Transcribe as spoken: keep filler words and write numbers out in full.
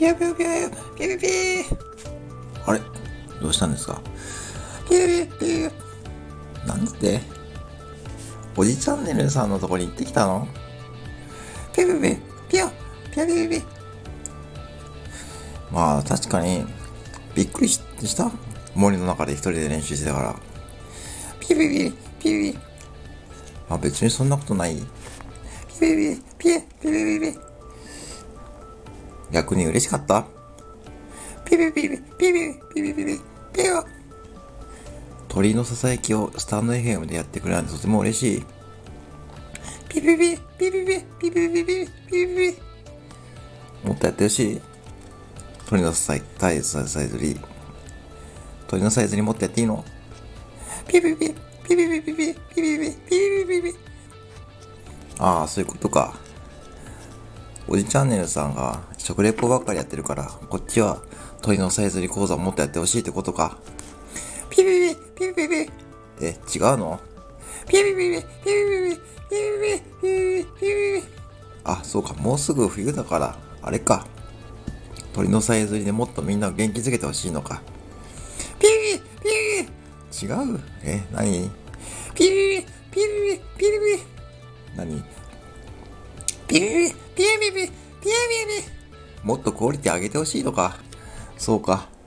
ヨピヨピヨピヨピヨピあれどうしたんですか？ピヨピヨピヨピヨなんでおじチャンネルさんのとこに行ってきたの？ピヨピヨピヨピヨピヨピヨピヨまあ確かにびっくりした森の中で一人で練習してたからピヨピヨピヨピヨピヨまあ別にそんなことないピヨピヨピヨピヨピヨピヨ逆に嬉しかったピヨピヨピヨピヨピヨピヨピヨピヨピヨ鳥のささやきをスタンド エフエム でやってくれるのでとても嬉しいピヨピヨピヨピヨピヨピヨピヨピヨピヨピヨピヨもっとやってほしい鳥のサイズサイズに鳥のサイズにもっとやっていいのピヨピヨピヨピヨピヨピヨピヨピヨピヨピヨピヨピヨああそういうことかおじチャンネルさんが食レポばっかりやってるからこっちは鳥のさえずり講座をもっとやってほしいってことかピヨピヨピヨピヨピヨえ違うのピヨピヨピヨピヨピヨピヨピヨピヨピヨあそうかもうすぐ冬だからあれか鳥のさえずりでもっとみんなを元気づけてほしいのかピヨピヨピヨ違うえ何ピヨピヨピヨピヨピヨピヨ何ピヨピヨピヨピヨピヨピヨピヨもっとクオリティ上げてほしいのかそうか